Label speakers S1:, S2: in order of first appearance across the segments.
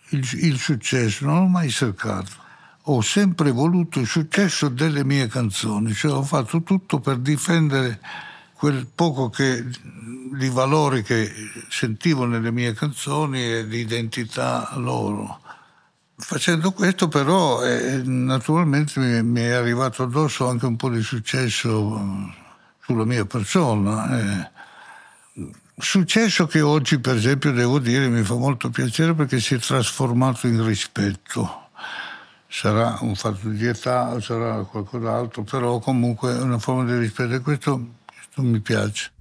S1: il successo, non l'ho mai cercato. Ho sempre voluto il successo delle mie canzoni, cioè ho fatto tutto per difendere quel poco di valori che sentivo nelle mie canzoni e di identità loro. Facendo questo però naturalmente mi è arrivato addosso anche un po' di successo sulla mia persona. Successo che oggi, per esempio, devo dire, mi fa molto piacere perché si è trasformato in rispetto. Sarà un fatto di età, sarà qualcos'altro, però comunque è una forma di rispetto e questo mi piace.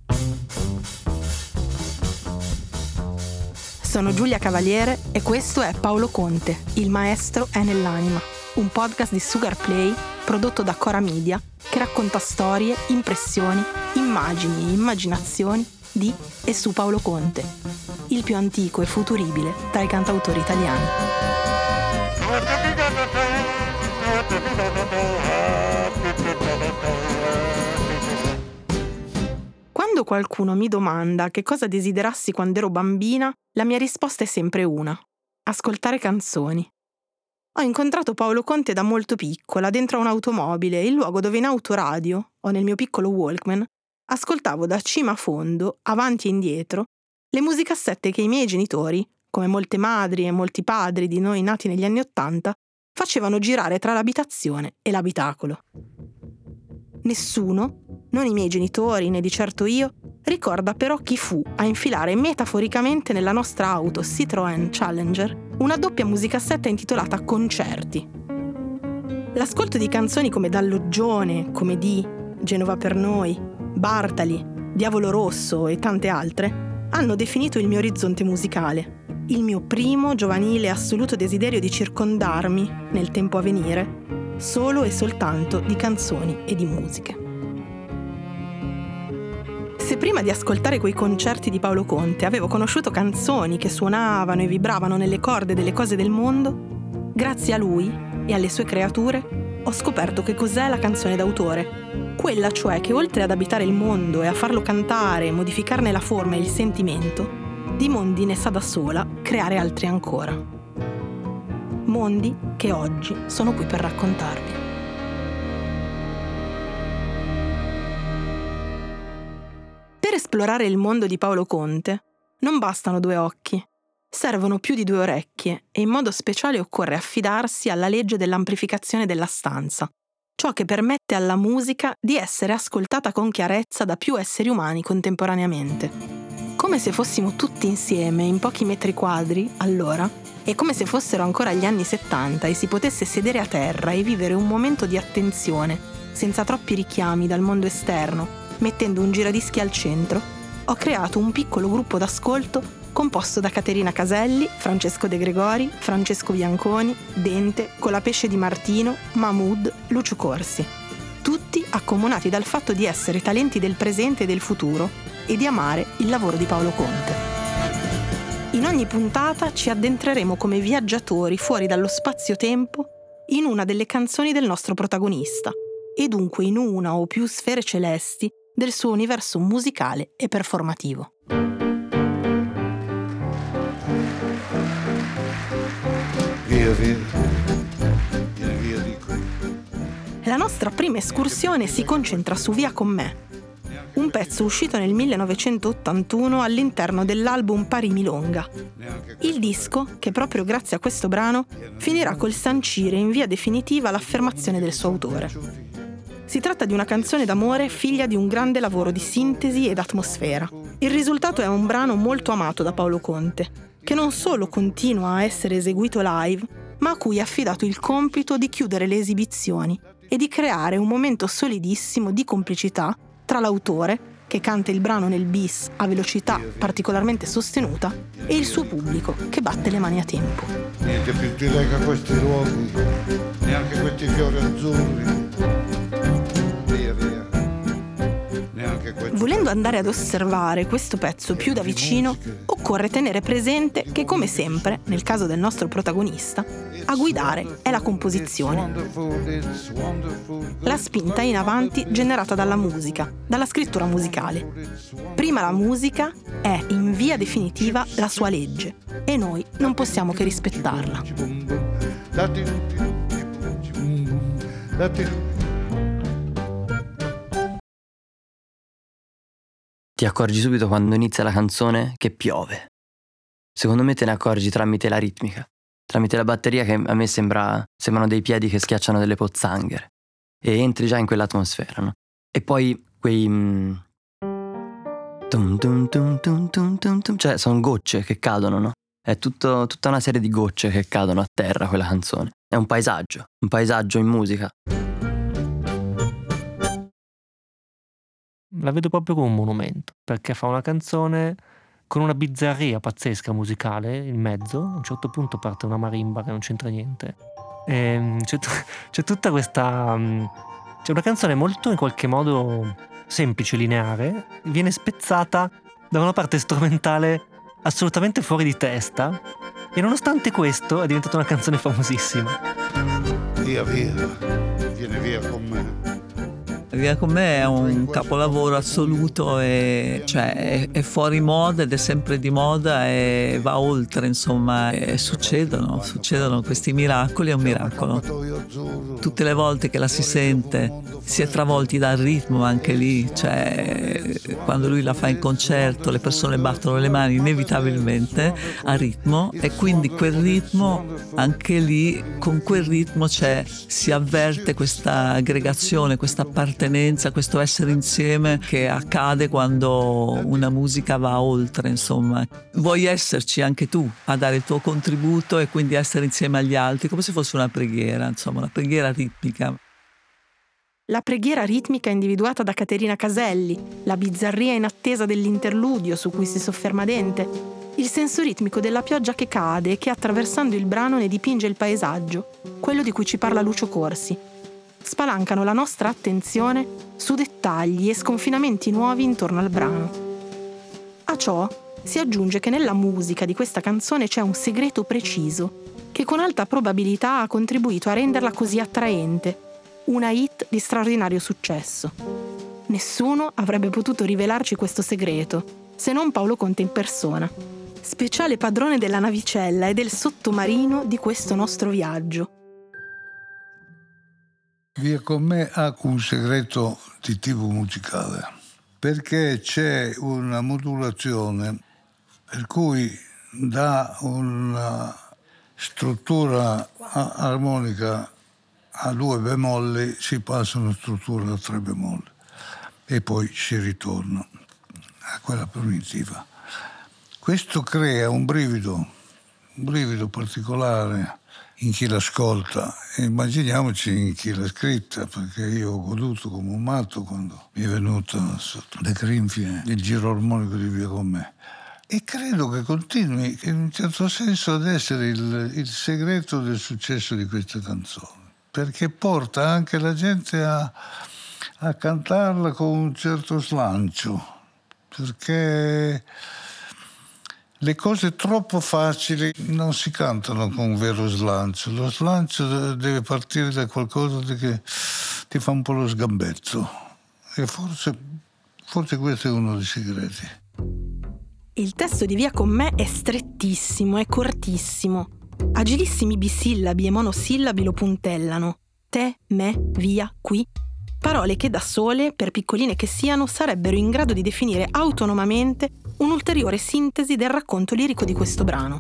S2: Sono Giulia Cavaliere e questo è Paolo Conte, Il maestro è nell'anima, un podcast di Sugar Play prodotto da Cora Media che racconta storie, impressioni, immagini e immaginazioni di e su Paolo Conte, il più antico e futuribile tra i cantautori italiani. Quando qualcuno mi domanda che cosa desiderassi quando ero bambina, la mia risposta è sempre una: ascoltare canzoni. Ho incontrato Paolo Conte da molto piccola, dentro a un'automobile, il luogo dove in autoradio, o nel mio piccolo Walkman, ascoltavo da cima a fondo, avanti e indietro, le musicassette che i miei genitori, come molte madri e molti padri di noi nati negli anni '80, facevano girare tra l'abitazione e l'abitacolo. Nessuno, non i miei genitori né di certo io, ricorda però chi fu a infilare metaforicamente nella nostra auto Citroën Challenger una doppia musicassetta intitolata Concerti. L'ascolto di canzoni come Dalloggione, Come di, Genova per noi, Bartali, Diavolo Rosso e tante altre hanno definito il mio orizzonte musicale, il mio primo giovanile assoluto desiderio di circondarmi, nel tempo a venire, solo e soltanto di canzoni e di musiche. Se prima di ascoltare quei concerti di Paolo Conte avevo conosciuto canzoni che suonavano e vibravano nelle corde delle cose del mondo, grazie a lui e alle sue creature ho scoperto che cos'è la canzone d'autore, quella cioè che oltre ad abitare il mondo e a farlo cantare e modificarne la forma e il sentimento, di mondi ne sa da sola creare altri ancora. Mondi che oggi sono qui per raccontarvi. Per esplorare il mondo di Paolo Conte non bastano 2 occhi, servono più di 2 orecchie e in modo speciale occorre affidarsi alla legge dell'amplificazione della stanza, ciò che permette alla musica di essere ascoltata con chiarezza da più esseri umani contemporaneamente. Come se fossimo tutti insieme in pochi metri quadri, allora, e come se fossero ancora gli anni '70 e si potesse sedere a terra e vivere un momento di attenzione, senza troppi richiami dal mondo esterno, mettendo un giradischi al centro, ho creato un piccolo gruppo d'ascolto composto da Caterina Caselli, Francesco De Gregori, Francesco Bianconi, Dente, Colapesce Di Martino, Mahmood, Lucio Corsi. Tutti accomunati dal fatto di essere talenti del presente e del futuro e di amare il lavoro di Paolo Conte. In ogni puntata ci addentreremo come viaggiatori fuori dallo spazio-tempo in una delle canzoni del nostro protagonista e dunque in una o più sfere celesti del suo universo musicale e performativo.
S1: Via di qui.
S2: La nostra prima escursione si concentra su Via con me, un pezzo uscito nel 1981 all'interno dell'album Pari Milonga. Il disco, che proprio grazie a questo brano finirà col sancire in via definitiva l'affermazione del suo autore. Si tratta di una canzone d'amore figlia di un grande lavoro di sintesi ed atmosfera. Il risultato è un brano molto amato da Paolo Conte, che non solo continua a essere eseguito live, ma a cui ha affidato il compito di chiudere le esibizioni e di creare un momento solidissimo di complicità tra l'autore, che canta il brano nel bis a velocità particolarmente sostenuta, e il suo pubblico, che batte le mani a tempo.
S1: Niente più ti lega a questi luoghi, neanche questi fiori azzurri.
S2: Volendo andare ad osservare questo pezzo più da vicino, occorre tenere presente che, come sempre, nel caso del nostro protagonista, a guidare è la composizione. La spinta in avanti generata dalla musica, dalla scrittura musicale. Prima la musica è, in via definitiva, la sua legge. e noi non possiamo che rispettarla.
S3: Ti accorgi subito quando inizia la canzone che piove. Secondo me te ne accorgi tramite la ritmica, tramite la batteria che a me sembrano dei piedi che schiacciano delle pozzanghere. E entri già in quell'atmosfera, no? E poi quei... cioè sono gocce che cadono, no? È tutta una serie di gocce che cadono a terra quella canzone. È un paesaggio in musica.
S4: La vedo proprio come un monumento, perché fa una canzone con una bizzarria pazzesca musicale in mezzo. A un certo punto parte una marimba che non c'entra niente. C'è tutta questa... c'è una canzone molto in qualche modo semplice, lineare, viene spezzata da una parte strumentale assolutamente fuori di testa, e nonostante questo è diventata una canzone famosissima.
S1: Via, vieni via con me.
S5: Via con me è un capolavoro assoluto, e cioè è fuori moda ed è sempre di moda e va oltre, insomma, e succedono questi miracoli. È un miracolo. Tutte le volte che la si sente si è travolti dal ritmo, anche lì, cioè quando lui la fa in concerto le persone battono le mani inevitabilmente a ritmo, e quindi quel ritmo, anche lì con quel ritmo si avverte questa aggregazione, questa appartenenza, questo essere insieme che accade quando una musica va oltre, insomma. Vuoi esserci anche tu a dare il tuo contributo e quindi essere insieme agli altri, come se fosse una preghiera, insomma, una preghiera ritmica.
S2: La preghiera ritmica individuata da Caterina Caselli, la bizzarria in attesa dell'interludio su cui si sofferma Dente, il senso ritmico della pioggia che cade e che attraversando il brano ne dipinge il paesaggio, quello di cui ci parla Lucio Corsi, spalancano la nostra attenzione su dettagli e sconfinamenti nuovi intorno al brano. A ciò si aggiunge che nella musica di questa canzone c'è un segreto preciso, che con alta probabilità ha contribuito a renderla così attraente, una hit di straordinario successo. Nessuno avrebbe potuto rivelarci questo segreto, se non Paolo Conte in persona, speciale padrone della navicella e del sottomarino di questo nostro viaggio.
S1: Via con me ha un segreto di tipo musicale, perché c'è una modulazione per cui da una struttura armonica a 2 bemolli si passa a una struttura a 3 bemolli e poi si ritorna a quella primitiva. Questo crea un brivido particolare in chi l'ascolta, e immaginiamoci in chi l'ha scritta, perché io ho goduto come un matto quando mi è venuto sotto le grinfie il giro armonico di Via con me. E credo che continui in un certo senso ad essere il segreto del successo di questa canzone, perché porta anche la gente a cantarla con un certo slancio, perché le cose troppo facili non si cantano con un vero slancio. Lo slancio deve partire da qualcosa che ti fa un po' lo sgambetto, e forse questo è uno dei segreti.
S2: Il testo di Via con me è strettissimo, è cortissimo. Agilissimi bisillabi e monosillabi lo puntellano. Te, me, via, qui. Parole che da sole, per piccoline che siano, sarebbero in grado di definire autonomamente un'ulteriore sintesi del racconto lirico di questo brano.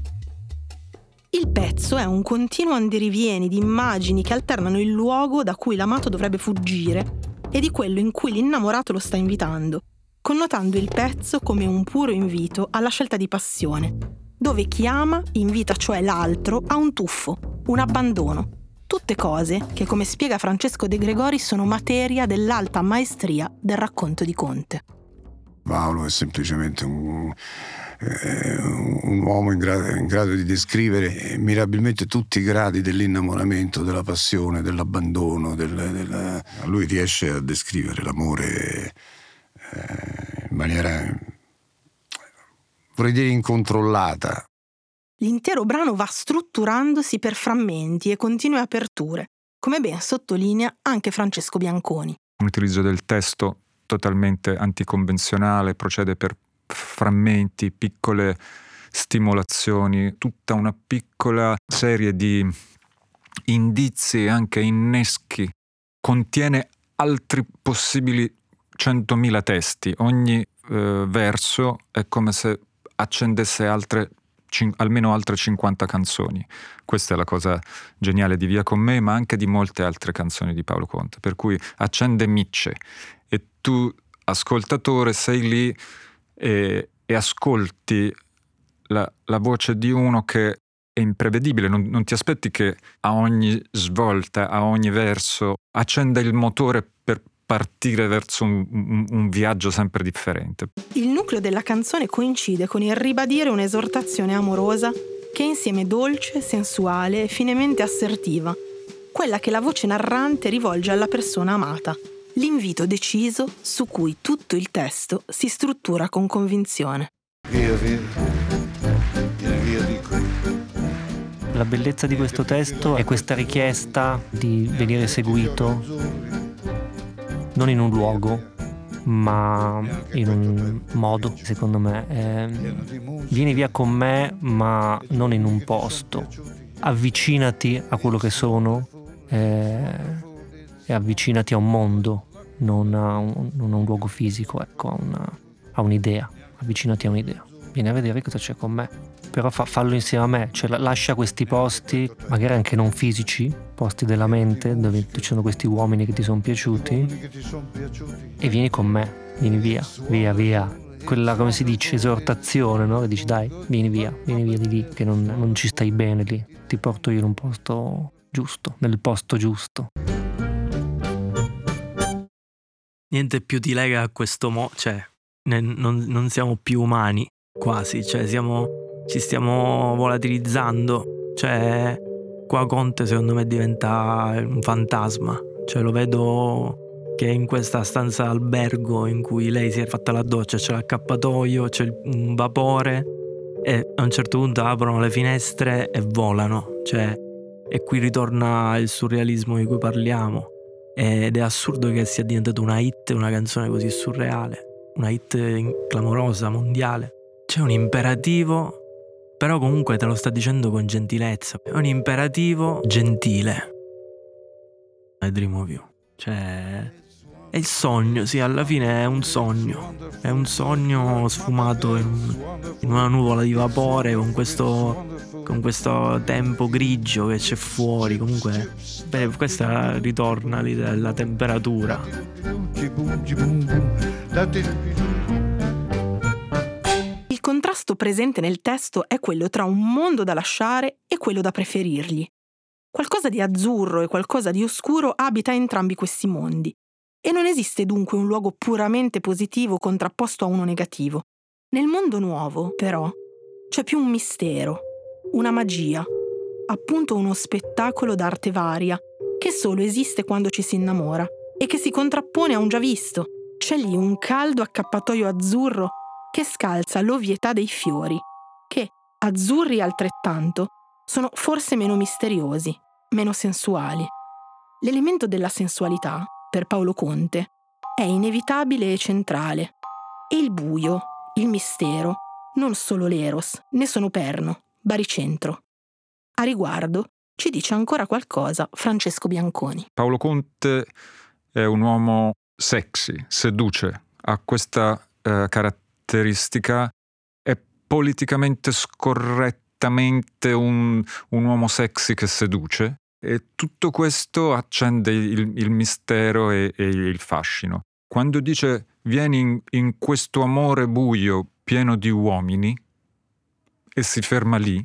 S2: Il pezzo è un continuo andirivieni di immagini che alternano il luogo da cui l'amato dovrebbe fuggire e di quello in cui l'innamorato lo sta invitando, connotando il pezzo come un puro invito alla scelta di passione, dove chi ama invita cioè l'altro a un tuffo, un abbandono. Tutte cose che, come spiega Francesco De Gregori, sono materia dell'alta maestria del racconto di Conte.
S6: Paolo è semplicemente un uomo in grado di descrivere mirabilmente tutti i gradi dell'innamoramento, della passione, dell'abbandono. Lui riesce a descrivere l'amore in maniera, vorrei dire, incontrollata.
S2: L'intero brano va strutturandosi per frammenti e continue aperture, come ben sottolinea anche Francesco Bianconi.
S7: Un utilizzo del testo totalmente anticonvenzionale, procede per frammenti, piccole stimolazioni, tutta una piccola serie di indizi e anche inneschi. Contiene altri possibili 100.000 testi. Ogni verso è come se accendesse almeno altre 50 canzoni. Questa è la cosa geniale di Via con me, ma anche di molte altre canzoni di Paolo Conte, per cui accende micce e tu, ascoltatore, sei lì e ascolti la voce di uno che è imprevedibile, non ti aspetti che a ogni svolta, a ogni verso accenda il motore per partire verso un viaggio sempre differente.
S2: Il nucleo della canzone coincide con il ribadire un'esortazione amorosa che è insieme dolce, sensuale e finemente assertiva, quella che la voce narrante rivolge alla persona amata, l'invito deciso su cui tutto il testo si struttura con convinzione.
S1: Via di qui.
S4: La bellezza di questo testo è questa richiesta di venire seguito non in un luogo, ma in un modo, secondo me. Vieni via con me, ma non in un posto. Avvicinati a quello che sono e avvicinati a un mondo, non a un luogo fisico, ecco, a un'idea. Avvicinati a un'idea. Vieni a vedere cosa c'è con me. Però fallo insieme a me, cioè lascia questi posti, magari anche non fisici, posti della mente, dove ci sono questi uomini che ti sono piaciuti, e vieni con me, vieni via. Quella, come si dice, esortazione, no? Che dici dai, vieni via di lì, che non ci stai bene lì, ti porto io in un posto giusto, nel posto giusto.
S8: Niente più ti lega a questo cioè non siamo più umani, quasi, cioè ci stiamo volatilizzando, cioè qua Conte secondo me diventa un fantasma, cioè lo vedo che in questa stanza albergo in cui lei si è fatta la doccia, c'è l'accappatoio, c'è un vapore e a un certo punto aprono le finestre e volano, cioè, e qui ritorna il surrealismo di cui parliamo, ed è assurdo che sia diventata una hit, una canzone così surreale, una hit clamorosa, mondiale. C'è un imperativo, però comunque te lo sta dicendo con gentilezza. È un imperativo gentile. I dream of you. Cioè, è il sogno, sì, alla fine è un sogno. È un sogno sfumato in una nuvola di vapore con questo tempo grigio che c'è fuori. Comunque, questa ritorna lì della temperatura.
S2: Il contrasto presente nel testo è quello tra un mondo da lasciare e quello da preferirgli. Qualcosa di azzurro e qualcosa di oscuro abita entrambi questi mondi, e non esiste dunque un luogo puramente positivo contrapposto a uno negativo. Nel mondo nuovo, però, c'è più un mistero, una magia, appunto uno spettacolo d'arte varia, che solo esiste quando ci si innamora e che si contrappone a un già visto. C'è lì un caldo accappatoio azzurro che scalza l'ovvietà dei fiori, che, azzurri altrettanto, sono forse meno misteriosi, meno sensuali. L'elemento della sensualità, per Paolo Conte, è inevitabile e centrale. E il buio, il mistero, non solo l'eros, ne sono perno, baricentro. A riguardo ci dice ancora qualcosa Francesco Bianconi.
S7: Paolo Conte è un uomo sexy, seduce, ha questa caratteristica, è politicamente scorrettamente un uomo sexy che seduce, e tutto questo accende il mistero e il fascino. Quando dice vieni in questo amore buio pieno di uomini e si ferma lì,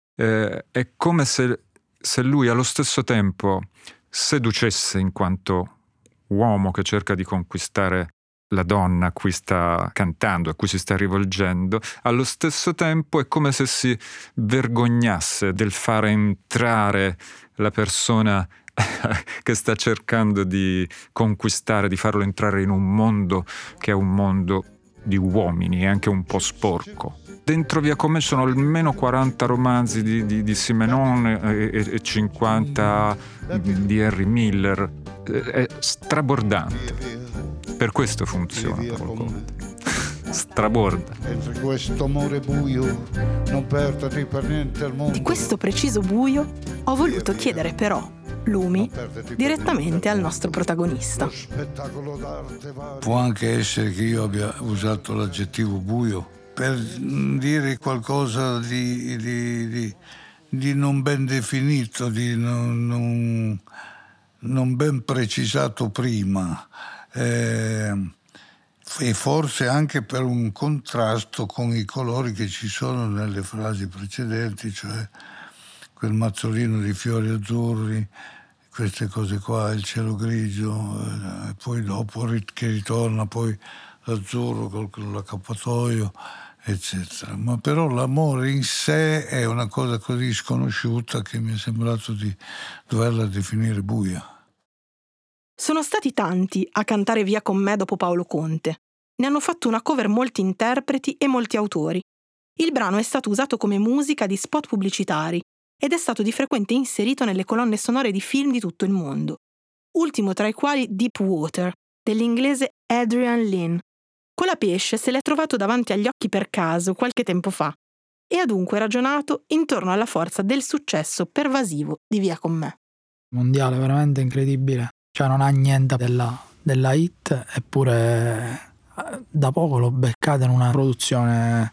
S7: è come se lui allo stesso tempo seducesse in quanto uomo che cerca di conquistare la donna a cui sta cantando, a cui si sta rivolgendo, allo stesso tempo è come se si vergognasse del fare entrare la persona che sta cercando di conquistare, di farlo entrare in un mondo che è un mondo di uomini e anche un po' sporco. Dentro Via con me sono almeno 40 romanzi di Simenon e 50 di Henry Miller. È strabordante. Per questo funziona Paolo Conte. straborda.
S1: Mentre questo amore buio non perderti per niente al mondo.
S2: Di questo preciso buio ho voluto chiedere però lumi direttamente al nostro protagonista.
S1: Può anche essere che io abbia usato l'aggettivo buio per dire qualcosa di non ben definito, di non ben precisato prima, e forse anche per un contrasto con i colori che ci sono nelle frasi precedenti, cioè quel mazzolino di fiori azzurri, queste cose qua, il cielo grigio, e poi dopo che ritorna poi l'azzurro con l'accappatoio, eccetera. Ma però l'amore in sé è una cosa così sconosciuta che mi è sembrato di doverla definire buia.
S2: Sono stati tanti a cantare Via con me dopo Paolo Conte. Ne hanno fatto una cover molti interpreti e molti autori. Il brano è stato usato come musica di spot pubblicitari ed è stato di frequente inserito nelle colonne sonore di film di tutto il mondo. Ultimo tra i quali Deep Water, dell'inglese Adrian Lyne. Colapesce se l'è trovato davanti agli occhi per caso qualche tempo fa e ha dunque ragionato intorno alla forza del successo pervasivo di Via con me.
S9: Mondiale veramente incredibile, cioè non ha niente della hit, eppure da poco l'ho beccata in una produzione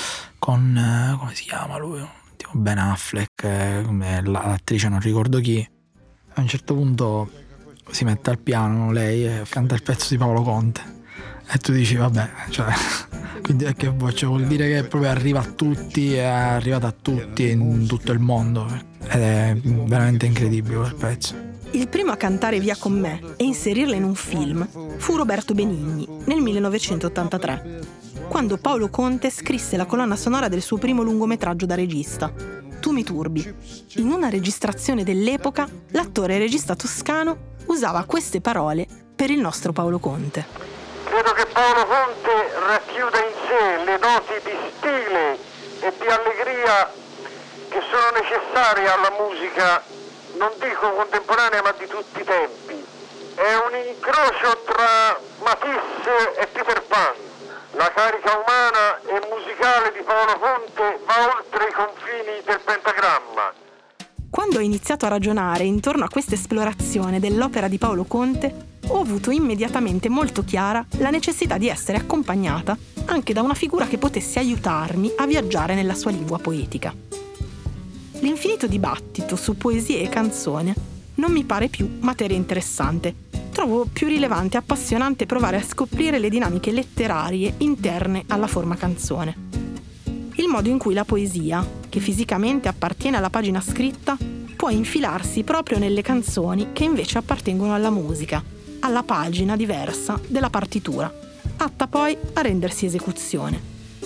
S9: con come si chiama lui? Tipo Ben Affleck, l'attrice non ricordo chi. A un certo punto si mette al piano lei e canta il pezzo di Paolo Conte e tu dici vabbè, cioè quindi è che vuol dire che proprio arriva a tutti, è arrivata a tutti in tutto il mondo ed è veramente incredibile quel pezzo.
S2: Il primo a cantare Via con me e inserirla in un film fu Roberto Benigni nel 1983, quando Paolo Conte scrisse la colonna sonora del suo primo lungometraggio da regista, Tu mi turbi. In una registrazione dell'epoca, l'attore e regista toscano usava queste parole per il nostro Paolo Conte.
S10: Credo che Paolo Conte racchiuda in sé le doti di stile e di allegria che sono necessarie alla musica, non dico contemporanea, ma di tutti i tempi. È un incrocio tra Matisse e Peter Pan. La carica umana e musicale di Paolo Conte va oltre i confini del pentagramma.
S2: Quando ho iniziato a ragionare intorno a questa esplorazione dell'opera di Paolo Conte, ho avuto immediatamente molto chiara la necessità di essere accompagnata anche da una figura che potesse aiutarmi a viaggiare nella sua lingua poetica. L'infinito dibattito su poesie e canzone non mi pare più materia interessante. Trovo più rilevante e appassionante provare a scoprire le dinamiche letterarie interne alla forma canzone. Il modo in cui la poesia, che fisicamente appartiene alla pagina scritta, può infilarsi proprio nelle canzoni che invece appartengono alla musica, alla pagina diversa della partitura, atta poi a rendersi esecuzione.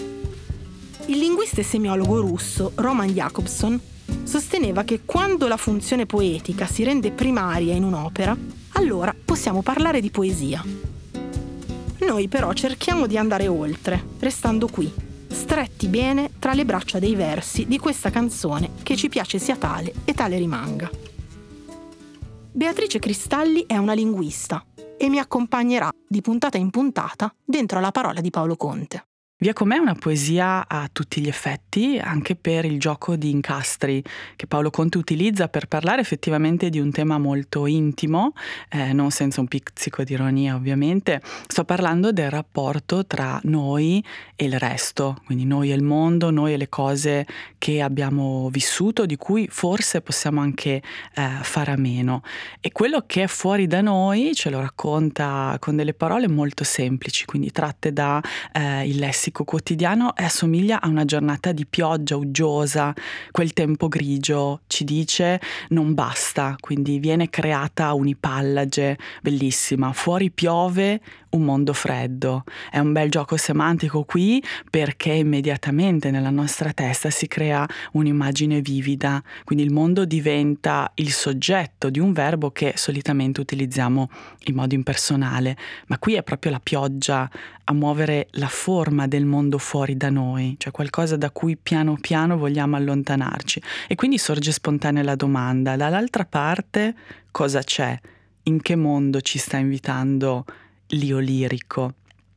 S2: Il linguista e semiologo russo Roman Jakobson sosteneva che quando la funzione poetica si rende primaria in un'opera, allora possiamo parlare di poesia. Noi però cerchiamo di andare oltre, restando qui, stretti bene tra le braccia dei versi di questa canzone che ci piace sia tale e tale rimanga. Beatrice Cristalli è una linguista e mi accompagnerà di puntata in puntata dentro la parola di Paolo Conte.
S11: Via con me è una poesia a tutti gli effetti, anche per il gioco di incastri che Paolo Conte utilizza per parlare effettivamente di un tema molto intimo, non senza un pizzico di ironia ovviamente. Sto parlando del rapporto tra noi e il resto, quindi noi e il mondo, noi e le cose che abbiamo vissuto, di cui forse possiamo anche fare a meno. E quello che è fuori da noi ce lo racconta con delle parole molto semplici, quindi tratte da il lessico quotidiano, e assomiglia a una giornata di pioggia uggiosa, quel tempo grigio, ci dice non basta, quindi viene creata un'ipallage bellissima, fuori piove, un mondo freddo. È un bel gioco semantico qui, perché immediatamente nella nostra testa si crea un'immagine vivida, quindi il mondo diventa il soggetto di un verbo che solitamente utilizziamo in modo impersonale, ma qui è proprio la pioggia a muovere la forma del mondo fuori da noi, cioè qualcosa da cui piano piano vogliamo allontanarci. E quindi sorge spontanea la domanda: dall'altra parte cosa c'è? In che mondo ci sta invitando l'io lirico?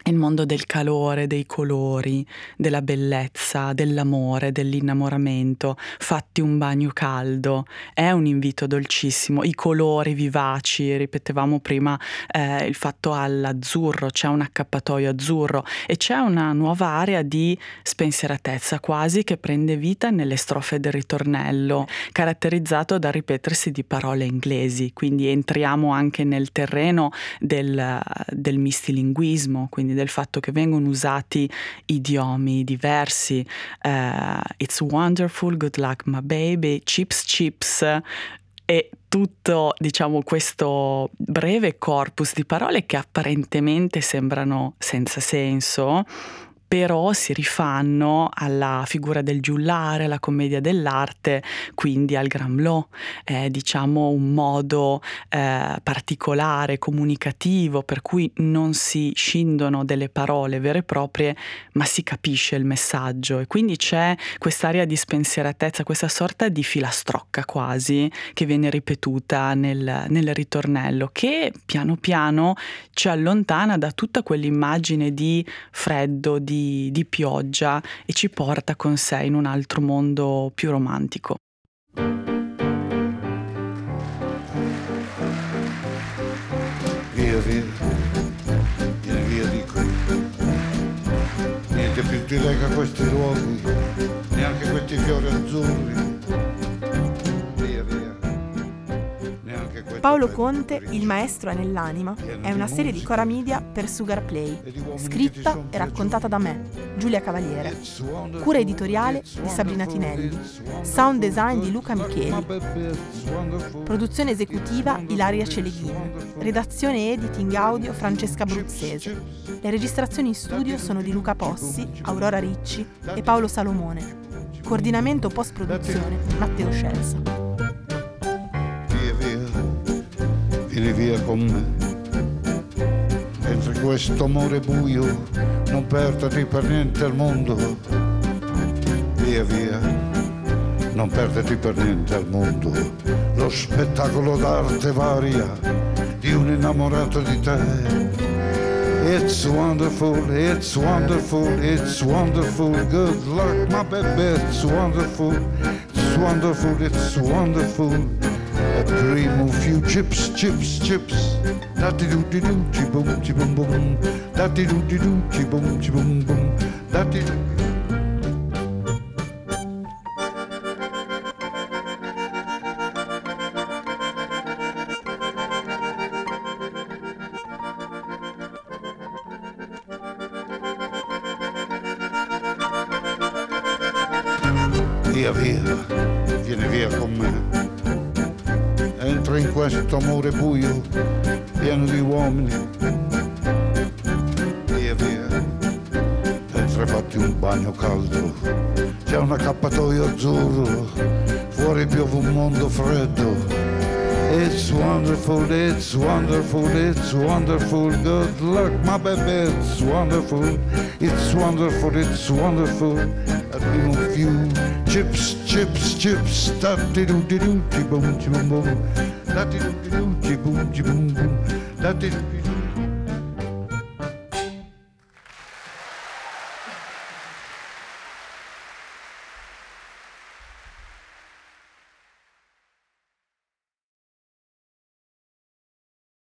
S11: il mondo del calore, dei colori, della bellezza, dell'amore, dell'innamoramento. Fatti un bagno caldo, è un invito dolcissimo. I colori vivaci, ripetevamo prima il fatto all'azzurro, c'è un accappatoio azzurro e c'è una nuova area di spensieratezza quasi che prende vita nelle strofe del ritornello, caratterizzato dal ripetersi di parole inglesi. Quindi entriamo anche nel terreno del mistilinguismo, quindi del fatto che vengono usati idiomi diversi, it's wonderful, good luck my baby, chips chips, e tutto, diciamo, questo breve corpus di parole che apparentemente sembrano senza senso, però si rifanno alla figura del giullare, alla commedia dell'arte, quindi al Gramelot. È, diciamo, un modo particolare, comunicativo, per cui non si scindono delle parole vere e proprie, ma si capisce il messaggio, e quindi c'è quest'area di spensieratezza, questa sorta di filastrocca quasi, che viene ripetuta nel ritornello, che piano piano ci allontana da tutta quell'immagine di freddo, di pioggia, e ci porta con sé in un altro mondo più romantico.
S1: Via, vieni via di qui. Niente più ti lega a questi luoghi, neanche questi fiori azzurri.
S2: Paolo Conte, Il maestro è nell'anima, è una serie di Cora Media per Sugar Play, scritta e raccontata da me, Giulia Cavaliere. Cura editoriale di Sabrina Tinelli. Sound design di Luca Micheli. Produzione esecutiva Ilaria Celeghini. Redazione e editing audio Francesca Bruzzese. Le registrazioni in studio sono di Luca Possi, Aurora Ricci e Paolo Salomone. Coordinamento post-produzione Matteo Scelsa.
S1: Vieni via con me, entro questo amore buio, non perderti per niente al mondo. Via, non perderti per niente al mondo. Lo spettacolo d'arte varia di un innamorato di te. It's wonderful, it's wonderful, it's wonderful. Good luck, my baby, it's wonderful, it's wonderful, it's wonderful. A dream of you, chips, chips, chips. Da-di-do-di-do, chi-boom, chi-boom, boom. Da-di-do-di-do, chi-boom, chi-boom, boom. Da-di-do. Via, vieni via con me. Entro in questo amore buio, pieno di uomini. Via, entra e fatti un bagno caldo. C'è un accappatoio azzurro, fuori piove un mondo freddo. It's wonderful, it's wonderful, it's wonderful. Good luck, my baby, it's wonderful, it's wonderful, it's wonderful. A dream of you, chips, chips, chips. Da-di-do-di-do, chi-boom, chi-boom, boom. Da-di-do-di-do, chi-boom, chi-boom, boom. Da-di-do-di-do.